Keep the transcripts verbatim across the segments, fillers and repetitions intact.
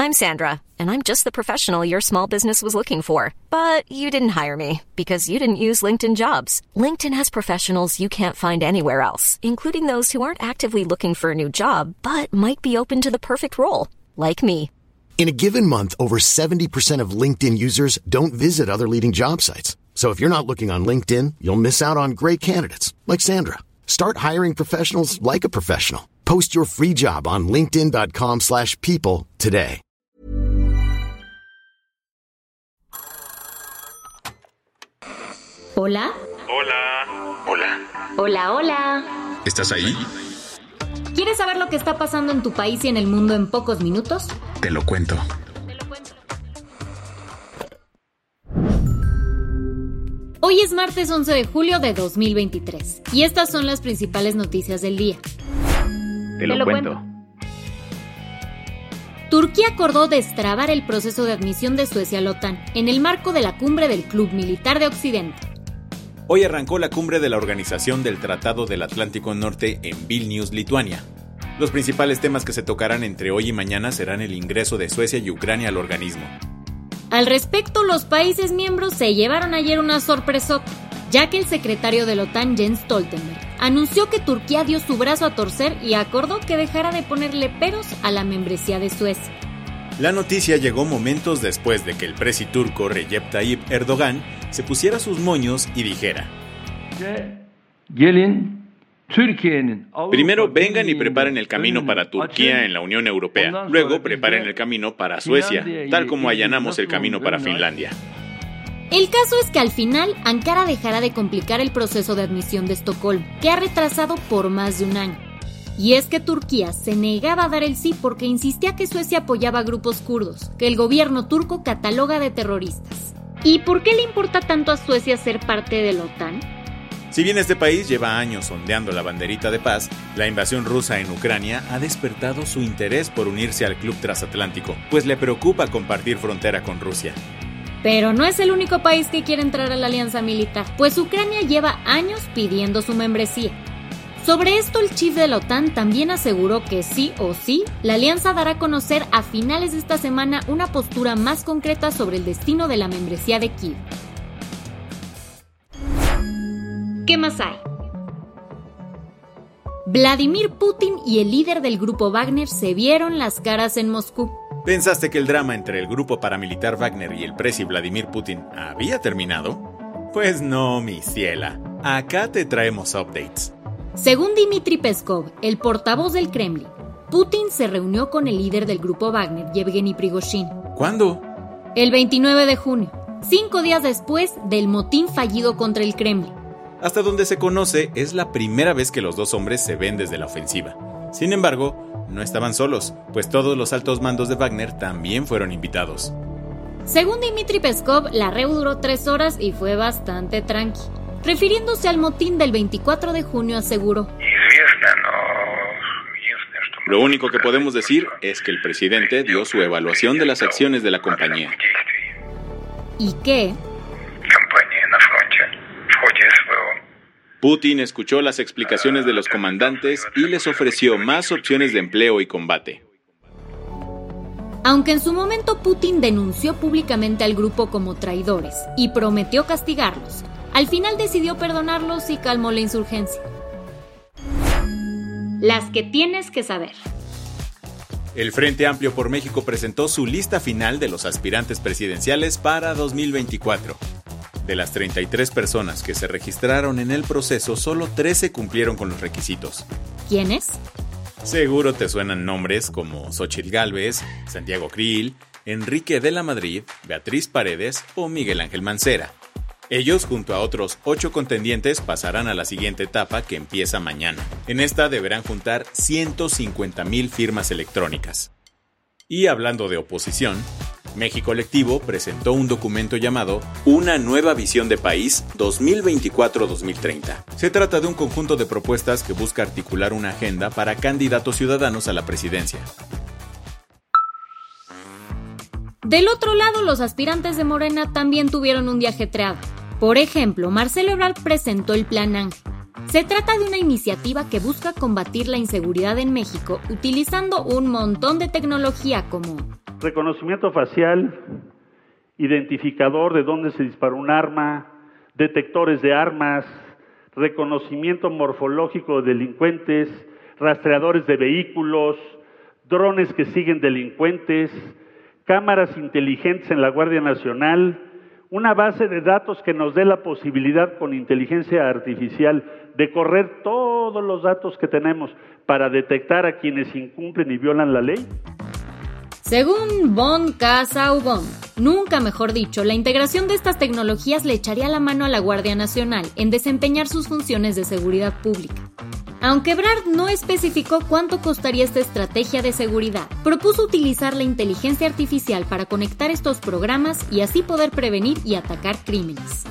I'm Sandra, and I'm just the professional your small business was looking for. But you didn't hire me because you didn't use LinkedIn Jobs. LinkedIn has professionals you can't find anywhere else, including those who aren't actively looking for a new job, but might be open to the perfect role, like me. In a given month, over seventy percent of LinkedIn users don't visit other leading job sites. So if you're not looking on LinkedIn, you'll miss out on great candidates, like Sandra. Start hiring professionals like a professional. Post your free job on linkedin.com slash people today. ¿Hola? Hola. Hola. Hola, hola. ¿Estás ahí? ¿Quieres saber lo que está pasando en tu país y en el mundo en pocos minutos? Te lo cuento. Te lo cuento. Hoy es martes once de julio de dos mil veintitrés y estas son las principales noticias del día. Te lo, Te lo cuento. cuento. Turquía acordó destrabar el proceso de admisión de Suecia a la OTAN en el marco de la cumbre del Club Militar de Occidente. Hoy arrancó la cumbre de la Organización del Tratado del Atlántico Norte en Vilnius, Lituania. Los principales temas que se tocarán entre hoy y mañana serán el ingreso de Suecia y Ucrania al organismo. Al respecto, los países miembros se llevaron ayer una sorpresota, ya que el secretario de la OTAN, Jens Stoltenberg, anunció que Turquía dio su brazo a torcer y acordó que dejara de ponerle peros a la membresía de Suecia. La noticia llegó momentos después de que el presi turco Recep Tayyip Erdogan se pusiera sus moños y dijera: primero vengan y preparen el camino para Turquía en la Unión Europea, luego preparen el camino para Suecia, tal como allanamos el camino para Finlandia. El caso es que al final Ankara dejará de complicar el proceso de admisión de Estocolmo, que ha retrasado por más de un año. Y es que Turquía se negaba a dar el sí porque insistía que Suecia apoyaba a grupos kurdos, que el gobierno turco cataloga de terroristas. ¿Y por qué le importa tanto a Suecia ser parte de la OTAN? Si bien este país lleva años ondeando la banderita de paz, la invasión rusa en Ucrania ha despertado su interés por unirse al club transatlántico, pues le preocupa compartir frontera con Rusia. Pero no es el único país que quiere entrar a la alianza militar, pues Ucrania lleva años pidiendo su membresía. Sobre esto, el chief de la OTAN también aseguró que sí o sí, la alianza dará a conocer a finales de esta semana una postura más concreta sobre el destino de la membresía de Kiev. ¿Qué más hay? Vladimir Putin y el líder del grupo Wagner se vieron las caras en Moscú. ¿Pensaste que el drama entre el grupo paramilitar Wagner y el presi Vladimir Putin había terminado? Pues no, mi ciela. Acá te traemos updates. Según Dmitry Peskov, el portavoz del Kremlin, Putin se reunió con el líder del grupo Wagner, Yevgeny Prigozhin. ¿Cuándo? El veintinueve de junio, cinco días después del motín fallido contra el Kremlin. Hasta donde se conoce, es la primera vez que los dos hombres se ven desde la ofensiva. Sin embargo, no estaban solos, pues todos los altos mandos de Wagner también fueron invitados. Según Dmitry Peskov, la reunión duró tres horas y fue bastante tranqui. Refiriéndose al motín del veinticuatro de junio, aseguró: lo único que podemos decir es que el presidente dio su evaluación de las acciones de la compañía. ¿Y qué? Putin escuchó las explicaciones de los comandantes y les ofreció más opciones de empleo y combate. Aunque en su momento Putin denunció públicamente al grupo como traidores y prometió castigarlos, al final decidió perdonarlos y calmó la insurgencia. Las que tienes que saber. El Frente Amplio por México presentó su lista final de los aspirantes presidenciales para dos mil veinticuatro. De las treinta y tres personas que se registraron en el proceso, solo trece cumplieron con los requisitos. ¿Quiénes? Seguro te suenan nombres como Xóchitl Gálvez, Santiago Krill, Enrique de la Madrid, Beatriz Paredes o Miguel Ángel Mancera. Ellos, junto a otros ocho contendientes, pasarán a la siguiente etapa que empieza mañana. En esta deberán juntar ciento cincuenta mil firmas electrónicas. Y hablando de oposición, México Colectivo presentó un documento llamado Una nueva visión de país dos mil veinticuatro a dos mil treinta. Se trata de un conjunto de propuestas que busca articular una agenda para candidatos ciudadanos a la presidencia. Del otro lado, los aspirantes de Morena también tuvieron un día ajetreado. Por ejemplo, Marcelo Ebrard presentó el Plan Ángel. Se trata de una iniciativa que busca combatir la inseguridad en México utilizando un montón de tecnología como reconocimiento facial, identificador de dónde se disparó un arma, detectores de armas, reconocimiento morfológico de delincuentes, rastreadores de vehículos, drones que siguen delincuentes, cámaras inteligentes en la Guardia Nacional, una base de datos que nos dé la posibilidad con inteligencia artificial de correr todos los datos que tenemos para detectar a quienes incumplen y violan la ley. Según Von Casaubon, nunca mejor dicho, la integración de estas tecnologías le echaría la mano a la Guardia Nacional en desempeñar sus funciones de seguridad pública. Aunque Brard no especificó cuánto costaría esta estrategia de seguridad, propuso utilizar la inteligencia artificial para conectar estos programas y así poder prevenir y atacar crímenes.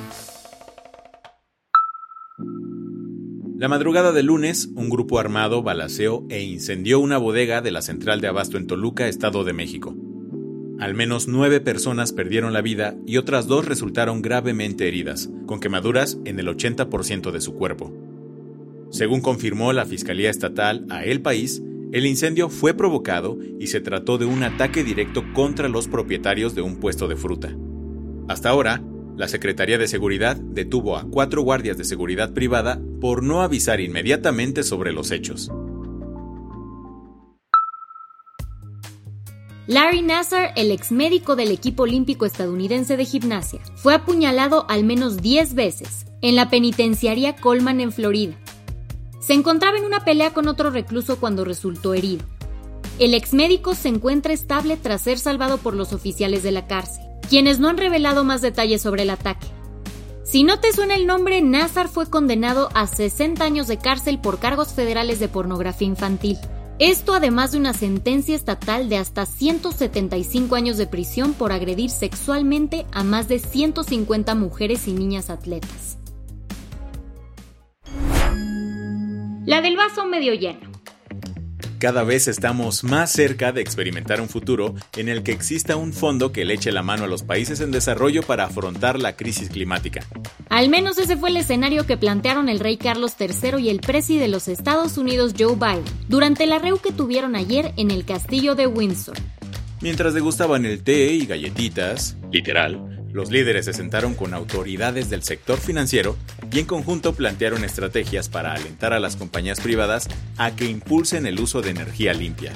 La madrugada del lunes, un grupo armado balaceó e incendió una bodega de la central de abasto en Toluca, Estado de México. Al menos nueve personas perdieron la vida y otras dos resultaron gravemente heridas, con quemaduras en el ochenta por ciento de su cuerpo. Según confirmó la Fiscalía Estatal a El País, el incendio fue provocado y se trató de un ataque directo contra los propietarios de un puesto de fruta. Hasta ahora, la Secretaría de Seguridad detuvo a cuatro guardias de seguridad privada por no avisar inmediatamente sobre los hechos. Larry Nassar, el exmédico del equipo olímpico estadounidense de gimnasia, fue apuñalado al menos diez veces en la penitenciaría Coleman en Florida. Se encontraba en una pelea con otro recluso cuando resultó herido. El exmédico se encuentra estable tras ser salvado por los oficiales de la cárcel, quienes no han revelado más detalles sobre el ataque. Si no te suena el nombre, Nassar fue condenado a sesenta años de cárcel por cargos federales de pornografía infantil. Esto además de una sentencia estatal de hasta ciento setenta y cinco años de prisión por agredir sexualmente a más de ciento cincuenta mujeres y niñas atletas. La del vaso medio lleno. Cada vez estamos más cerca de experimentar un futuro en el que exista un fondo que le eche la mano a los países en desarrollo para afrontar la crisis climática. Al menos ese fue el escenario que plantearon el rey Carlos tercero y el presidente de los Estados Unidos, Joe Biden, durante la reunión que tuvieron ayer en el castillo de Windsor. Mientras degustaban el té y galletitas, literal, los líderes se sentaron con autoridades del sector financiero y en conjunto plantearon estrategias para alentar a las compañías privadas a que impulsen el uso de energía limpia.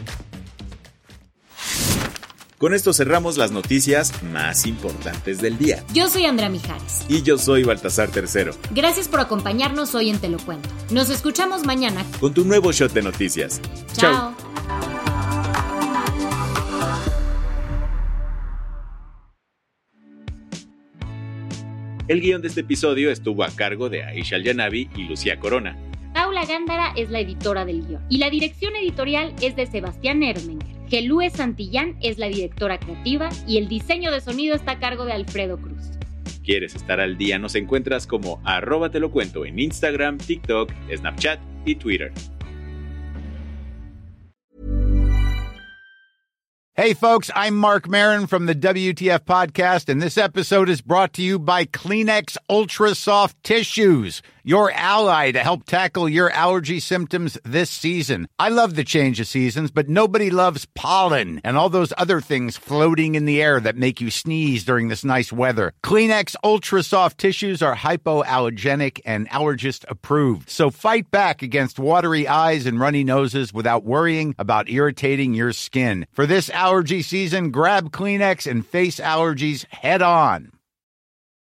Con esto cerramos las noticias más importantes del día. Yo soy Andrea Mijares. Y yo soy Baltasar tercero. Gracias por acompañarnos hoy en Te lo Cuento. Nos escuchamos mañana con tu nuevo shot de noticias. Chao. Chao. El guión de este episodio estuvo a cargo de Aisha Al-Janabi y Lucía Corona. Paula Gándara es la editora del guión y la dirección editorial es de Sebastián Ermenger. Gelúe Santillán es la directora creativa y el diseño de sonido está a cargo de Alfredo Cruz. ¿Quieres estar al día? Nos encuentras como arroba te lo cuento en Instagram, TikTok, Snapchat y Twitter. Hey folks, I'm Mark Maron from the W T F podcast, and this episode is brought to you by Kleenex Ultra Soft Tissues, your ally to help tackle your allergy symptoms this season. I love the change of seasons, but nobody loves pollen and all those other things floating in the air that make you sneeze during this nice weather. Kleenex Ultra Soft Tissues are hypoallergenic and allergist approved, so fight back against watery eyes and runny noses without worrying about irritating your skin. For this allergy season, grab Kleenex and face allergies head on.